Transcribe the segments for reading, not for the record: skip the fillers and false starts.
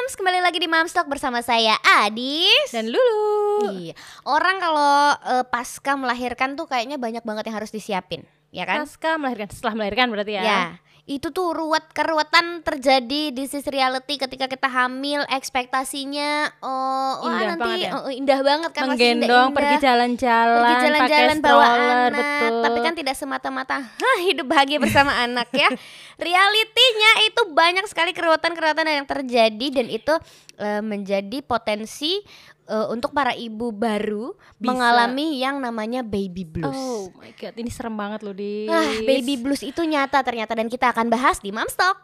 Mams, kembali lagi di Mams Talk bersama saya Adis dan Lulu. Iya. Orang kalau pasca melahirkan tuh kayaknya banyak banget yang harus disiapin, ya kan? Pasca melahirkan, setelah melahirkan berarti ya. Ya, itu tuh keruwetan terjadi di sisi reality ketika kita hamil, ekspektasinya Indah nanti banget ya? Indah banget kan, masih Menggendong, indah. pergi jalan-jalan, pakai bawa stroller, anak. betul. Tapi kan tidak semata-mata hidup bahagia bersama anak ya. Realitinya itu banyak sekali keruwetan-keruwetan yang terjadi dan itu menjadi potensi untuk para ibu baru Bisa. mengalami yang namanya baby blues. Oh my god, ini serem banget loh Dis. Baby blues itu nyata ternyata dan kita akan bahas di Mams Talk.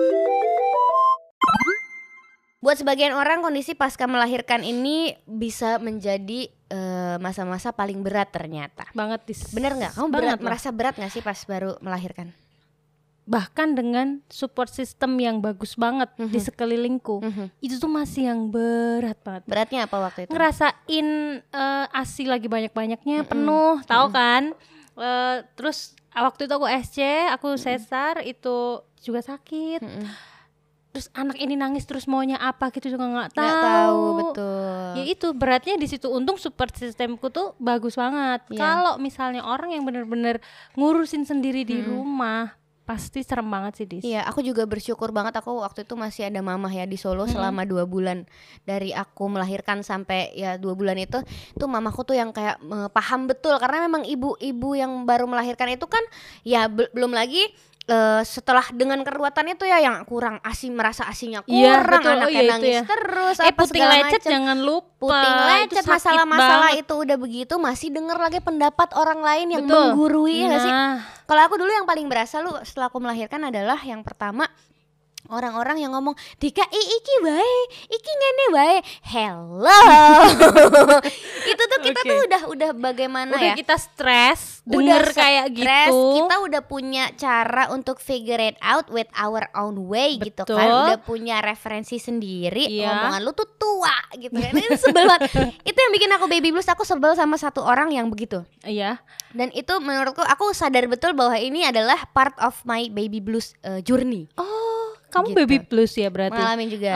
Buat sebagian orang kondisi pasca melahirkan ini bisa menjadi masa-masa paling berat ternyata. Banget Dis. Bener nggak? Kamu merasa berat nggak sih pas baru melahirkan? Bahkan dengan support system yang bagus banget di sekelilingku, itu tuh masih yang berat banget. Beratnya apa waktu itu? Ngerasain ASI lagi banyak-banyaknya penuh, tahu kan? Terus waktu itu aku SC, aku sesar, itu juga sakit. Terus anak ini nangis terus maunya apa gitu juga nggak tahu. Betul. Ya itu beratnya di situ. Untung support sistemku tuh bagus banget. Kalau misalnya orang yang benar-benar ngurusin sendiri di rumah, pasti serem banget sih Dis. Iya, aku juga bersyukur banget. Aku waktu itu masih ada mamah ya di Solo selama 2 bulan. Dari aku melahirkan sampai ya 2 bulan itu mamaku tuh yang kayak paham betul. Karena memang ibu-ibu yang baru melahirkan itu kan ya belum lagi setelah dengan keruwetan itu ya yang kurang ASI, merasa ASInya kurang, betul. anaknya nangis terus, puting lecet jangan lupa. Puting lecet, masalah-masalah itu udah begitu masih denger lagi pendapat orang lain yang menggurui ya gak sih? Kalau aku dulu yang paling berasa setelah aku melahirkan adalah yang pertama orang-orang yang ngomong Dika iki bae, iki ngene bae. Hello. Itu tuh kita tuh udah bagaimana udah ya? Kita stres denger kayak gitu. Kita udah punya cara untuk figure it out with our own way. Betul. Gitu kan. Udah punya referensi sendiri. Ngomongan lu tuh tua gitu kan. Itu sebel banget. Itu yang bikin aku baby blues. Aku sebel sama satu orang yang begitu. Iya. Dan itu menurutku aku sadar betul bahwa ini adalah part of my baby blues journey. Kamu gitu. baby blues ya berarti? Ngalamin juga.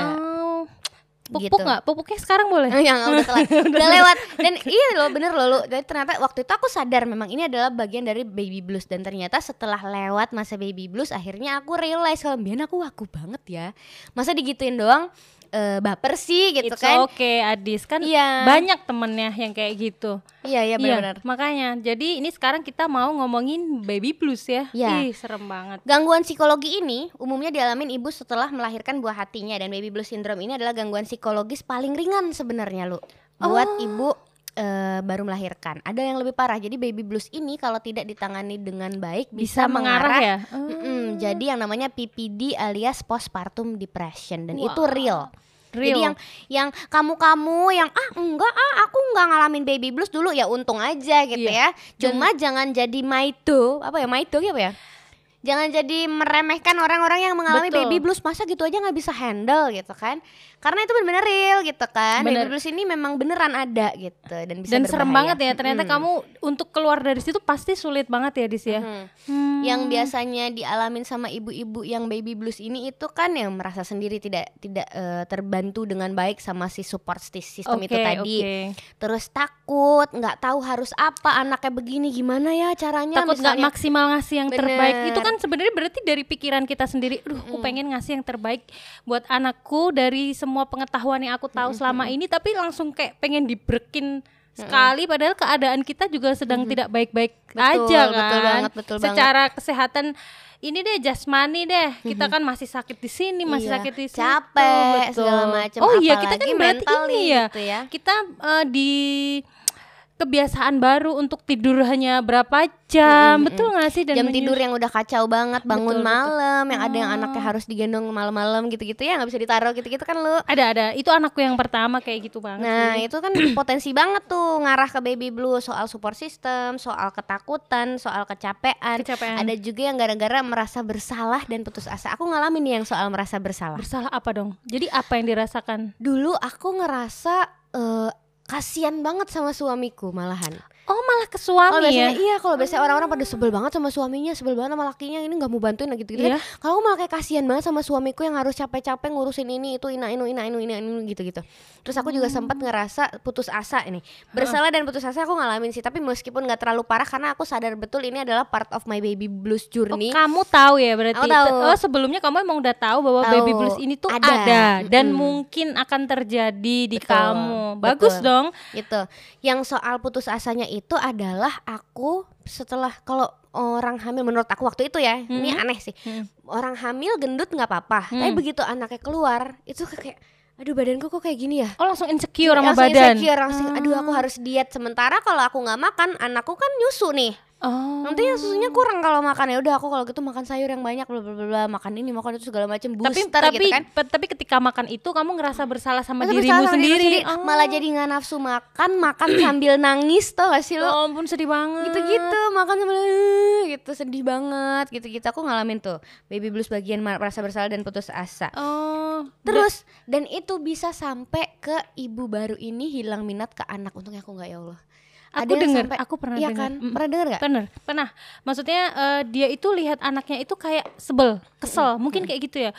Pupuk nggak? Pupuknya sekarang boleh? Ya udah telat. Udah lewat. Dan iya loh, bener loh. Dan ternyata waktu itu aku sadar memang ini adalah bagian dari baby blues. Dan ternyata setelah lewat masa baby blues, akhirnya aku realize kalau biar aku banget ya. Masa digituin doang baper sih gitu. It's kan. Oke Adis kan banyak temennya yang kayak gitu. Iya benar-benar. Makanya jadi ini sekarang kita mau ngomongin baby blues ya. Ih serem banget. Gangguan psikologi ini umumnya dialamin ibu setelah melahirkan buah hatinya. Dan baby blues syndrome ini adalah gangguan psikologis paling ringan sebenarnya buat ibu baru melahirkan. Ada yang lebih parah. Jadi baby blues ini kalau tidak ditangani dengan baik bisa mengarah ya. Jadi yang namanya PPD alias postpartum depression. Dan itu real. Jadi yang kamu yang aku nggak ngalamin baby blues dulu ya untung aja gitu ya. Cuma jangan jadi maito apa ya? Jangan jadi meremehkan orang-orang yang mengalami baby blues. Masa gitu aja nggak bisa handle gitu kan? Karena itu benar-benar real gitu kan. Baby blues ini memang beneran ada gitu dan bisa berbahaya. Serem banget ya. Ternyata kamu untuk keluar dari situ pasti sulit banget ya Dis ya. Yang biasanya dialamin sama ibu-ibu yang baby blues ini itu kan yang merasa sendiri tidak terbantu dengan baik sama si support system itu tadi. Terus takut, nggak tahu harus apa, anaknya begini gimana ya caranya. Takut nggak maksimal ngasih yang terbaik. Itu kan sebenarnya berarti dari pikiran kita sendiri. Aku pengen ngasih yang terbaik buat anakku dari semua pengetahuan yang aku tahu selama ini, tapi langsung kayak pengen dibrekin sekali, padahal keadaan kita juga sedang tidak baik-baik aja kan. Betul secara kesehatan ini deh jasmani deh, kita kan masih sakit di sini, masih sakit di situ, capek segala macam. Oh iya, kita kan berarti ini gitu ya. Kita di kebiasaan baru untuk tidur hanya berapa jam, betul nggak sih? Dan jam tidur yang udah kacau banget, bangun malam, yang ada yang anaknya Oh. harus digendong malam-malam gitu-gitu ya, nggak bisa ditaruh gitu-gitu kan lu. Ada, itu anakku yang pertama kayak gitu banget. Nah sih. itu kan potensi banget tuh ngarah ke baby blues, soal support system, soal ketakutan, soal kecapean. Ada juga yang gara-gara merasa bersalah dan putus asa. Aku ngalamin nih yang soal merasa bersalah. Bersalah apa dong? Jadi apa yang dirasakan? Dulu aku ngerasa kasian banget sama suamiku malahan. Oh malah ke suami biasanya, ya? Iya, kalau biasanya orang-orang pada sebel banget sama suaminya, sebel banget sama lakinya, ini nggak mau bantuin gitu Iya. kan. Kalau aku malah kayak kasihan banget sama suamiku yang harus capek-capek ngurusin ini itu ina inu gitu. Terus aku juga sempat ngerasa putus asa ini. Bersalah dan putus asa aku ngalamin sih, tapi meskipun nggak terlalu parah karena aku sadar betul ini adalah part of my baby blues journey. Kamu tahu ya berarti. Aku tahu. Oh sebelumnya kamu emang udah tahu bahwa baby blues ini tuh ada dan mungkin akan terjadi di kamu. Bagus dong. Gitu. Yang soal putus asanya itu adalah aku setelah, kalau orang hamil menurut aku waktu itu ya, ini aneh sih. Orang hamil gendut nggak apa-apa, tapi begitu anaknya keluar itu kayak aduh badanku kok kayak gini ya. Oh langsung insecure sama badan. Langsung aduh aku harus diet, sementara kalau aku nggak makan anakku kan nyusu nih. Nanti yang susunya kurang kalau makan, ya udah aku kalau gitu makan sayur yang banyak, bla bla bla, makan ini makan itu segala macam, booster gitu kan. Tapi ketika makan itu kamu ngerasa bersalah sama dirimu sendiri. Malah jadi nggak nafsu makan sambil nangis, tau gak sih lo? Oh ampun sedih banget. Gitu makan sambil gitu, sedih banget gitu. Aku ngalamin tuh baby blues bagian merasa bersalah dan putus asa. Terus dan itu bisa sampai ke ibu baru ini hilang minat ke anak. Untungnya aku nggak, ya Allah. Aku dengar, aku pernah dengar. Kan? Pernah dengar nggak? Pernah. Maksudnya dia itu lihat anaknya itu kayak sebel, kesel, mungkin kayak gitu ya.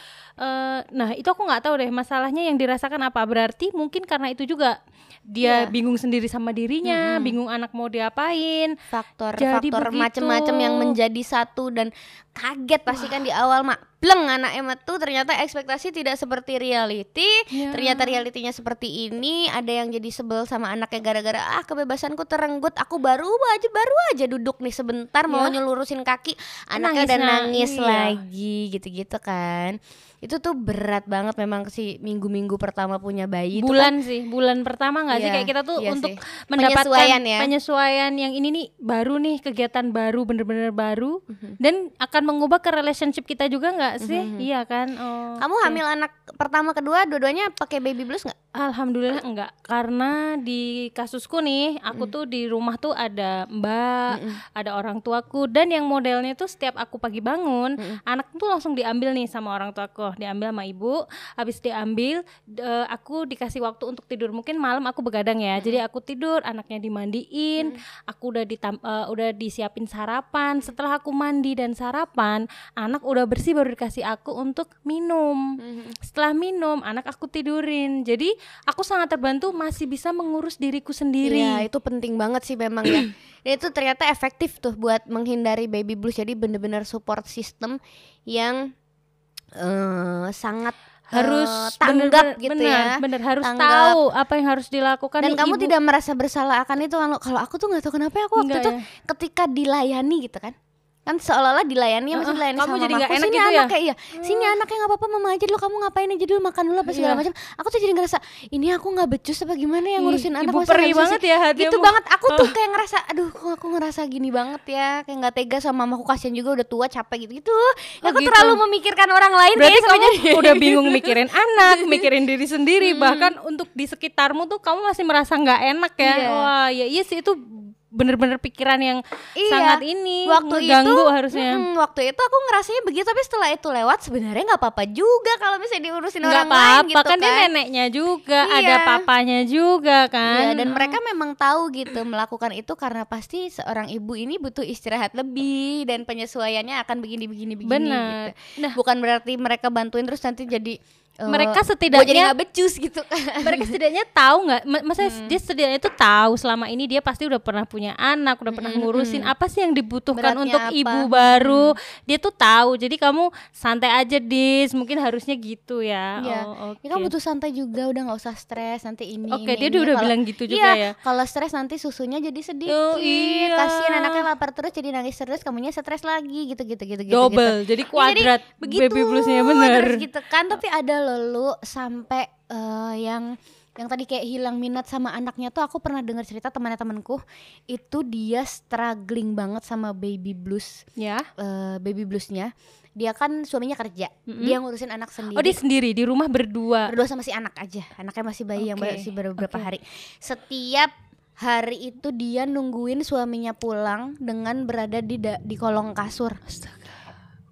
Nah itu aku nggak tahu deh masalahnya yang dirasakan apa. Berarti mungkin karena itu juga dia bingung sendiri sama dirinya, bingung anak mau diapain. Faktor macam-macam yang menjadi satu dan kaget pasti kan di awal bleng anaknya tuh ternyata ekspektasi tidak seperti reality. Ternyata realitinya seperti ini. Ada yang jadi sebel sama anaknya gara-gara kebebasanku terenggut. Aku baru aja duduk nih sebentar mau nyelurusin kaki, anaknya udah nangis lagi gitu-gitu kan. Itu tuh berat banget memang sih minggu-minggu pertama punya bayi. Bulan pertama nggak sih kayak kita tuh untuk mendapatkan penyesuaian yang ini nih baru nih, kegiatan baru, bener-bener baru dan akan mengubah ke relationship kita juga nggak sih? Iya kan? Kamu hamil anak pertama kedua dua-duanya pakai baby blues nggak? Alhamdulillah enggak, karena di kasusku nih aku tuh di rumah tuh ada mbak, ada orang tuaku, dan yang modelnya tuh setiap aku pagi bangun anak tuh langsung diambil nih sama orang tuaku, diambil sama ibu. Habis diambil aku dikasih waktu untuk tidur, mungkin malam aku begadang ya, jadi aku tidur, anaknya dimandiin, aku udah disiapin sarapan. Setelah aku mandi dan sarapan, anak udah bersih baru dikasih aku untuk minum. Setelah minum anak aku tidurin, jadi aku sangat terbantu masih bisa mengurus diriku sendiri. Iya, itu penting banget sih memang ya. Dan itu ternyata efektif tuh buat menghindari baby blues. Jadi benar-benar support system yang sangat harus tanggap gitu ya. Bener harus tahu apa yang harus dilakukan. Dan kamu tidak merasa bersalah akan itu. Kalau aku tuh nggak tahu kenapa aku waktu itu ketika dilayani gitu kan seolah-olah dilayani, masih dilayani kamu sama jadi mamaku. enak Sini gitu anaknya ya, sini anaknya nggak apa-apa, mama aja dulu, kamu ngapain aja dulu, makan dulu apa segala macam. Aku tuh jadi ngerasa ini aku nggak becus apa gimana ya ngurusin anak. Ibu peri banget ya hatimu. Gitu banget. Aku tuh kayak ngerasa aduh kok aku ngerasa gini banget ya, kayak nggak tega sama mamaku, kasihan juga udah tua capek gitu. Aku gitu. Terlalu memikirkan orang lain. Berarti kamu udah bingung mikirin anak, mikirin diri sendiri, bahkan untuk di sekitarmu tuh kamu masih merasa nggak enak ya. Wah iya sih, itu bener-bener pikiran yang sangat ini mengganggu harusnya. Waktu itu aku ngerasanya begitu, tapi setelah itu lewat sebenarnya nggak apa-apa juga kalau misalnya diurusin orang lain gitu kan. Nggak apa-apa kan, dia neneknya juga, ada papanya juga kan. Dan mereka memang tahu gitu melakukan itu karena pasti seorang ibu ini butuh istirahat lebih dan penyesuaiannya akan begini. Benar. Gitu. Nah, bukan berarti mereka bantuin terus nanti jadi mereka setidaknya jadi nggak becus gitu. Mereka setidaknya tahu nggak, maksudnya dia setidaknya itu tahu selama ini dia pasti udah pernah punya anak, udah pernah ngurusin apa sih yang dibutuhkan beratnya untuk apa? Ibu baru. Dia tuh tahu. Jadi kamu santai aja Dis, mungkin harusnya gitu ya. Ya kamu butuh santai juga, udah nggak usah stres nanti ini. Dia udah bilang gitu juga ya. Kalau stres nanti susunya jadi sedikit. Kasian anaknya lapar terus jadi nangis terus, kamunya stres lagi gitu. Double, jadi kuadrat baby bluesnya bener. Terus gitu kan, tapi ada lalu sampai yang tadi kayak hilang minat sama anaknya tuh, aku pernah dengar cerita temanku itu dia struggling banget sama baby blues. Baby bluesnya, dia kan suaminya kerja, dia ngurusin anak sendiri. Dia sendiri di rumah berdua sama si anak aja, anaknya masih bayi yang masih baru beberapa hari. Setiap hari itu dia nungguin suaminya pulang dengan berada di kolong kasur. Astaga.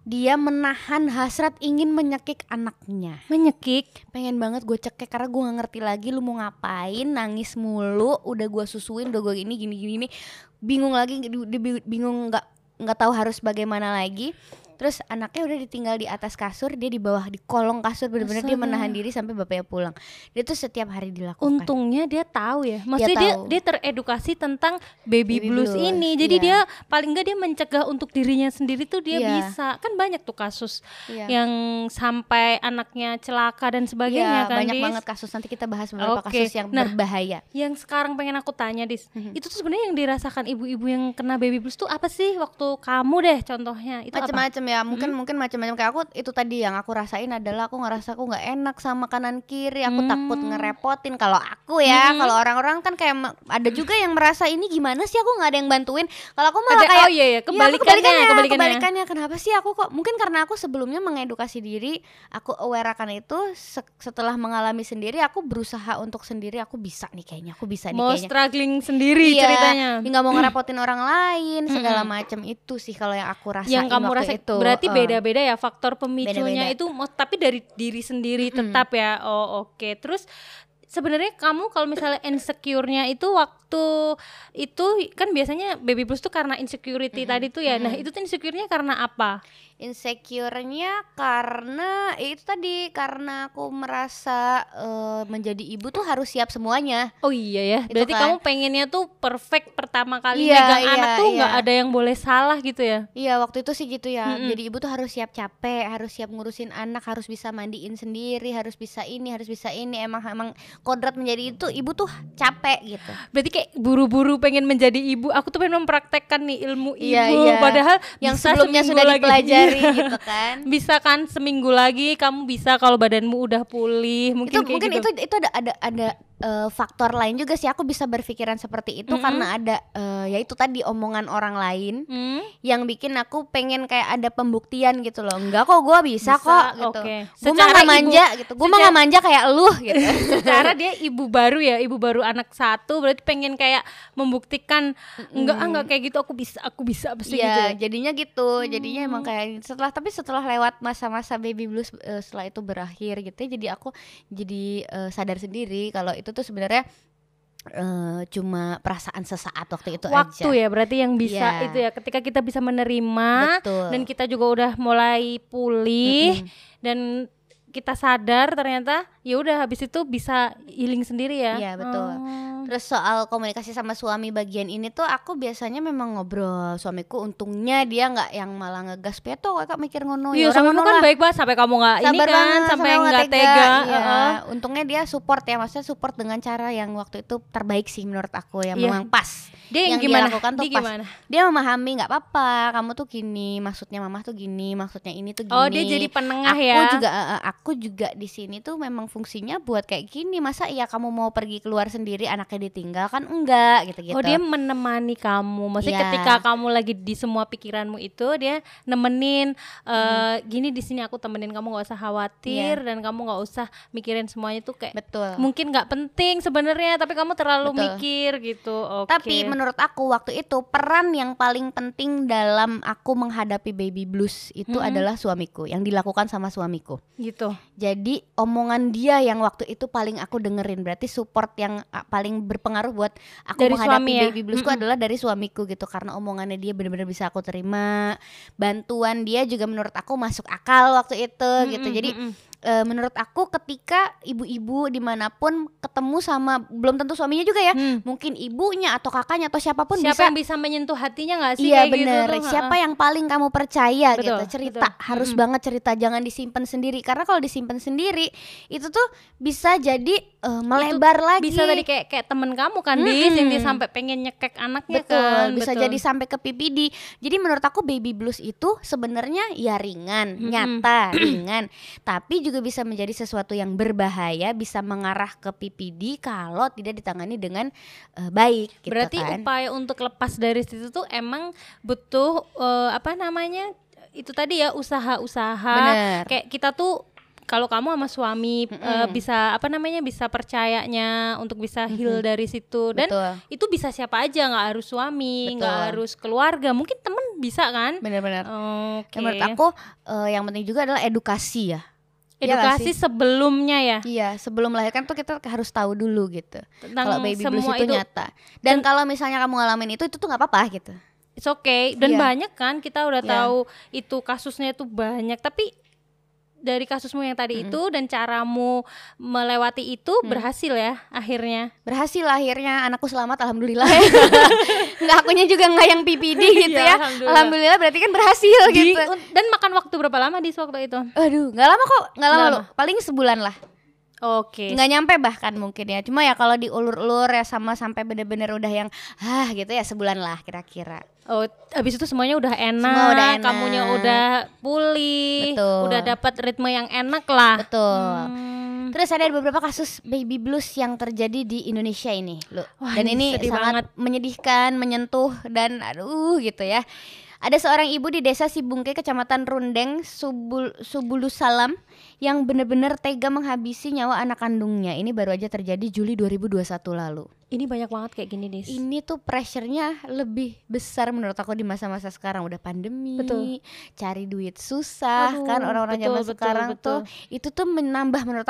dia menahan hasrat ingin menyekik anaknya. Menyekik? Pengen banget gue cekek karena gue gak ngerti lagi lu mau ngapain, nangis mulu, udah gue susuin, udah gue gini, bingung lagi, bingung nggak tahu harus bagaimana lagi. Terus anaknya udah ditinggal di atas kasur, dia di bawah di kolong kasur, bener-bener dia menahan diri sampai bapaknya pulang. Dia tuh setiap hari dilakukan. Untungnya dia tahu ya, maksudnya dia teredukasi tentang baby blues ini. Jadi dia paling enggak dia mencegah untuk dirinya sendiri tuh dia bisa. Kan banyak tuh kasus yang sampai anaknya celaka dan sebagainya kan. Banyak banget kasus, nanti kita bahas beberapa kasus yang berbahaya. Yang sekarang pengen aku tanya Dis, itu tuh sebenarnya yang dirasakan ibu-ibu yang kena baby blues tuh apa sih waktu kamu deh contohnya? Itu macam-macam ya, mungkin macam-macam. Kayak aku itu tadi yang aku rasain adalah aku ngerasa aku nggak enak sama kanan kiri, aku takut ngerepotin. Kalau aku ya, kalau orang-orang kan kayak ada juga yang merasa ini gimana sih aku nggak ada yang bantuin. Kalau aku malah kayak kebalikannya. Kenapa sih aku kok? Mungkin karena aku sebelumnya mengedukasi diri, aku aware akan itu. Setelah mengalami sendiri, aku berusaha untuk sendiri. Aku bisa nih kayaknya, aku bisa nih mau kayaknya. Struggling sendiri ceritanya. Nggak mau ngerepotin orang lain, segala macam itu sih kalau yang aku rasain yang kamu waktu itu. Berarti beda-beda ya faktor pemicunya itu, tapi dari diri sendiri tetap ya. Oke. Terus sebenarnya kamu kalau misalnya insecure-nya itu waktu itu kan biasanya baby blues tuh karena insecurity tadi tuh ya. Nah, itu tuh insecure-nya karena apa? Insecure-nya karena itu tadi, karena aku merasa menjadi ibu tuh harus siap semuanya. Oh iya ya, berarti kamu pengennya tuh perfect pertama kali megang anak tuh nggak ada yang boleh salah gitu ya? Iya, waktu itu sih gitu ya. Jadi ibu tuh harus siap capek, harus siap ngurusin anak, harus bisa mandiin sendiri, harus bisa ini, harus bisa ini. Emang kodrat menjadi itu ibu tuh capek gitu. Berarti kayak buru-buru pengen menjadi ibu. Aku tuh pengen mempraktekkan nih ilmu ibu, padahal yang sebelumnya sudah dipelajari gitu kan. Bisa kan seminggu lagi kamu bisa kalau badanmu udah pulih, mungkin itu ada faktor lain juga sih. Aku bisa berpikiran seperti itu karena ada ya itu tadi omongan orang lain yang bikin aku pengen kayak ada pembuktian gitu loh. Enggak kok, gue bisa kok gitu. Gue mah gak manja gitu. Gue mah gak manja kayak lu gitu. Secara dia ibu baru ya, ibu baru anak satu, berarti pengen kayak membuktikan enggak kayak gitu, aku bisa pasti gitu ya. Jadinya gitu. Jadinya emang kayak setelah lewat masa-masa baby blues, setelah itu berakhir gitu ya, jadi aku jadi sadar sendiri kalau itu tuh sebenarnya cuma perasaan sesaat waktu itu aja. Waktu ya berarti yang bisa itu ya, ketika kita bisa menerima. Betul. Dan kita juga udah mulai pulih dan kita sadar ternyata ya udah habis itu bisa healing sendiri ya. Iya betul. Terus soal komunikasi sama suami bagian ini tuh aku biasanya memang ngobrol. Suamiku untungnya dia nggak yang malah ngegas peto, kakak mikir ngono. Iya, suamimu kan baik banget sampai kamu nggak ini kan, sampai nggak tega. Untungnya dia support ya, maksudnya support dengan cara yang waktu itu terbaik sih menurut aku, yang memang pas. Dia yang gimana? Dia lakukan tuh pas. Dia memahami, nggak apa-apa, kamu tuh gini, maksudnya mamah tuh gini, maksudnya ini tuh gini. Oh, dia jadi penengah ya. Aku juga di sini tuh memang fungsinya buat kayak gini. Masa iya kamu mau pergi keluar sendiri anaknya ditinggal, kan enggak gitu-gitu. Oh, dia menemani kamu. Maksudnya ketika kamu lagi di semua pikiranmu itu, dia nemenin gini di sini aku temenin kamu, nggak usah khawatir dan kamu nggak usah mikirin semuanya tuh kayak mungkin nggak penting sebenarnya, tapi kamu terlalu mikir gitu. Tapi menurut aku waktu itu peran yang paling penting dalam aku menghadapi baby blues itu adalah suamiku, yang dilakukan sama suamiku. Gitu. Jadi omongan dia yang waktu itu paling aku dengerin, berarti support yang paling berpengaruh buat aku dari menghadapi baby bluesku adalah dari suamiku gitu, karena omongannya dia benar-benar bisa aku terima, bantuan dia juga menurut aku masuk akal waktu itu gitu. Jadi menurut aku ketika ibu-ibu dimanapun ketemu sama, belum tentu suaminya juga ya, mungkin ibunya atau kakaknya atau siapapun, siapa yang bisa menyentuh hatinya nggak sih? Iya benar, gitu siapa yang paling kamu percaya gitu, cerita harus banget cerita, jangan disimpan sendiri, karena kalau disimpan sendiri itu tuh bisa jadi melebar itu lagi. Bisa tadi kayak temen kamu kan yang dia sampai pengen nyekek anaknya. Bisa jadi sampai ke PPD. Jadi menurut aku baby blues itu sebenarnya ya ringan, nyata, ringan, tapi juga bisa menjadi sesuatu yang berbahaya, bisa mengarah ke PPD kalau tidak ditangani dengan baik gitu. Berarti kan upaya untuk lepas dari situ tuh emang butuh itu tadi ya, usaha-usaha. Kayak kita tuh kalau kamu sama suami bisa apa namanya, bisa percayanya untuk bisa heal dari situ. Dan itu bisa siapa aja, nggak harus suami, nggak harus keluarga, mungkin temen bisa kan. Benar-benar. Menurut aku yang penting juga adalah edukasi ya. Edukasi sebelumnya ya. Iya, sebelum melahirkan tuh kita harus tahu dulu gitu kalau baby blues itu nyata. Dan kalau misalnya kamu ngalamin itu tuh nggak apa-apa gitu. It's okay. Dan banyak kan kita udah tahu itu kasusnya itu banyak. Tapi dari kasusmu yang tadi itu dan caramu melewati itu berhasil ya akhirnya. Berhasil akhirnya, anakku selamat alhamdulillah. Nggak, akunya juga nggak yang PPD gitu ya. Alhamdulillah berarti kan berhasil gitu. Dan makan waktu berapa lama di waktu itu? Aduh, nggak lama kok, nggak lama loh. Paling sebulan lah. Oke. Nggak nyampe bahkan mungkin ya. Cuma ya kalau diulur-ulur ya sama sampai bener-bener udah yang gitu ya sebulan lah kira-kira. Oh, habis itu semuanya udah enak, kamunya udah pulih, udah dapat ritme yang enak lah. Betul. Terus ada beberapa kasus baby blues yang terjadi di Indonesia ini, loh. Dan ini sangat menyedihkan, menyentuh dan aduh gitu ya. Ada seorang ibu di desa Sibungke, kecamatan Rundeng, Subulusalam, yang benar-benar tega menghabisi nyawa anak kandungnya. Ini baru aja terjadi Juli 2021 lalu. Ini banyak banget kayak gini, Des. Ini tuh pressure-nya lebih besar menurut aku di masa-masa sekarang. Udah pandemi, cari duit susah. Kan orang-orang zaman sekarang tuh itu tuh menambah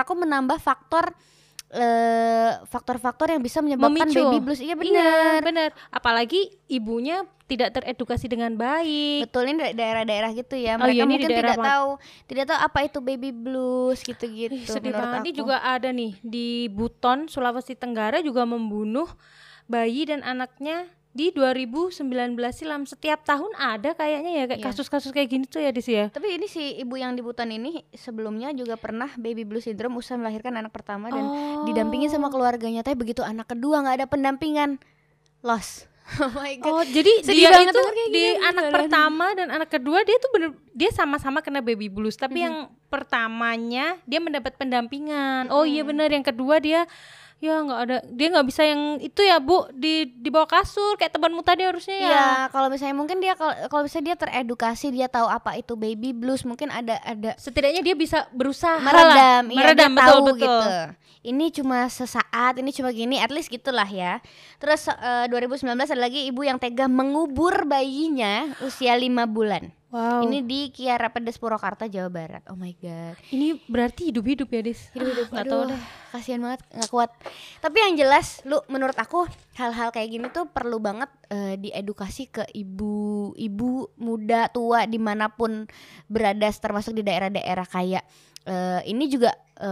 faktor-faktor yang bisa menyebabkan baby blues. Iya benar. Apalagi ibunya tidak teredukasi dengan baik. Betul, ini daerah-daerah gitu ya. Mereka mungkin tidak tahu apa itu baby blues gitu-gitu. Sedih banget. Ini juga ada nih di Buton, Sulawesi Tenggara juga membunuh bayi dan anaknya di 2019 silam. Setiap tahun ada kayaknya ya kayak kasus-kasus kayak gini tuh ya, Dis ya. Tapi ini si ibu yang di Buton ini sebelumnya juga pernah baby blues syndrome usai melahirkan anak pertama dan didampingin sama keluarganya. Tapi begitu anak kedua nggak ada pendampingan, loss. Oh my God. Oh, jadi dia itu di anak pertama dan anak kedua dia tuh dia sama-sama kena baby blues, tapi yang pertamanya dia mendapat pendampingan. Oh iya benar, yang kedua dia nggak ada, dia nggak bisa yang itu ya Bu, di bawah kasur kayak temanmu tadi harusnya ya. Iya, kalau misalnya mungkin dia kalau misalnya dia teredukasi, dia tahu apa itu baby blues, mungkin ada setidaknya dia bisa berusaha meredam, dia betul, tahu gitu. Ini cuma sesaat, ini cuma gini, at least gitulah ya. Terus 2019 ada lagi ibu yang tega mengubur bayinya usia 5 bulan. Wow. Ini di Kiara Pedes, Purwakarta, Jawa Barat. Oh my God. Ini berarti hidup-hidup ya, Dis? Hidup-hidup. Nggak tahu deh. Kasian banget, nggak kuat. Tapi yang jelas, menurut aku hal-hal kayak gini tuh perlu banget diedukasi ke ibu muda, tua, dimanapun berada, termasuk di daerah-daerah kayak ini juga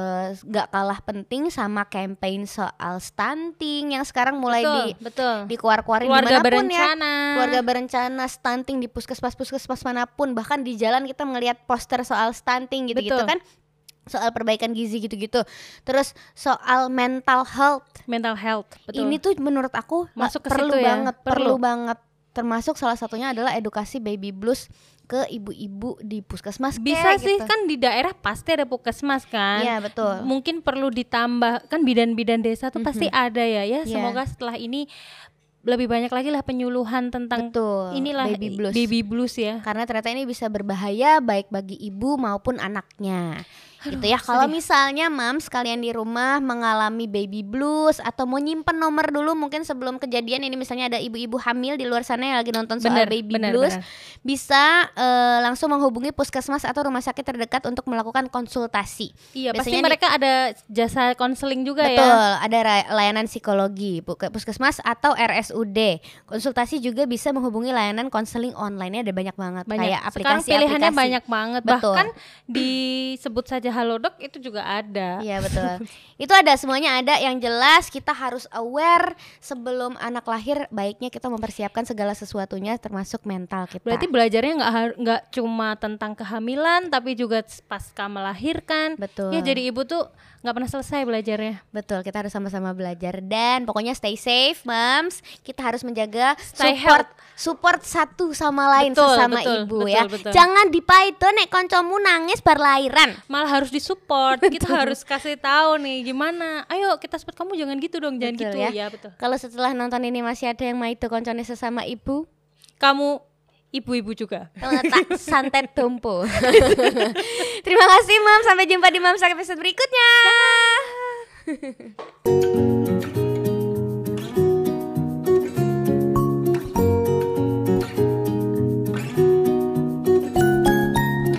gak kalah penting sama campaign soal stunting yang sekarang mulai dikeluar-keluarin dimanapun ya. Keluarga berencana, stunting di puskesmas manapun, bahkan di jalan kita ngelihat poster soal stunting gitu-gitu kan, soal perbaikan gizi gitu-gitu. Terus soal mental health, betul. Ini tuh menurut aku masuk ke perlu situ banget, ya? perlu banget. Termasuk salah satunya adalah edukasi baby blues ke ibu-ibu di puskesmas. Bisa sih gitu. Kan di daerah pasti ada puskesmas kan. Iya betul. Mungkin perlu ditambah kan bidan-bidan desa tuh pasti ada ya. Semoga setelah ini lebih banyak lagi lah penyuluhan tentang inilah baby blues ya. Karena ternyata ini bisa berbahaya baik bagi ibu maupun anaknya. Gitu ya. Kalau misalnya Mams kalian di rumah mengalami baby blues atau mau nyimpen nomor dulu mungkin sebelum kejadian ini, misalnya ada ibu-ibu hamil di luar sana yang lagi nonton soal baby blues, bisa langsung menghubungi puskesmas atau rumah sakit terdekat untuk melakukan konsultasi. Iya, biasanya pasti mereka ada jasa konseling juga ya. Betul, ada layanan psikologi puskesmas atau RSUD. Konsultasi juga bisa menghubungi layanan konseling online-nya, ada banyak banget. Kayak aplikasi-aplikasi. Sekarang pilihannya banyak banget. Betul. Bahkan disebut saja Halodoc itu juga ada. Iya betul. Itu ada, semuanya ada. Yang jelas kita harus aware sebelum anak lahir, baiknya kita mempersiapkan segala sesuatunya termasuk mental kita. Berarti belajarnya nggak cuma tentang kehamilan tapi juga pasca melahirkan. Betul. Ya jadi ibu tuh nggak pernah selesai belajarnya. Betul, kita harus sama-sama belajar dan pokoknya stay safe, Moms. Kita harus menjaga support satu sama lain, sesama ibu ya. Betul. Jangan dipaido nek koncomu nangis bar lahiran. Malah harus disupport. Kita harus kasih tahu nih gimana. Ayo kita support, kamu jangan gitu dong, jangan gitu ya. Betul. Kalau setelah nonton ini masih ada yang maido koncone sesama ibu, kamu ibu-ibu juga. Tak santet tumpu. Terima kasih Mam, sampai jumpa di Mamsak episode berikutnya.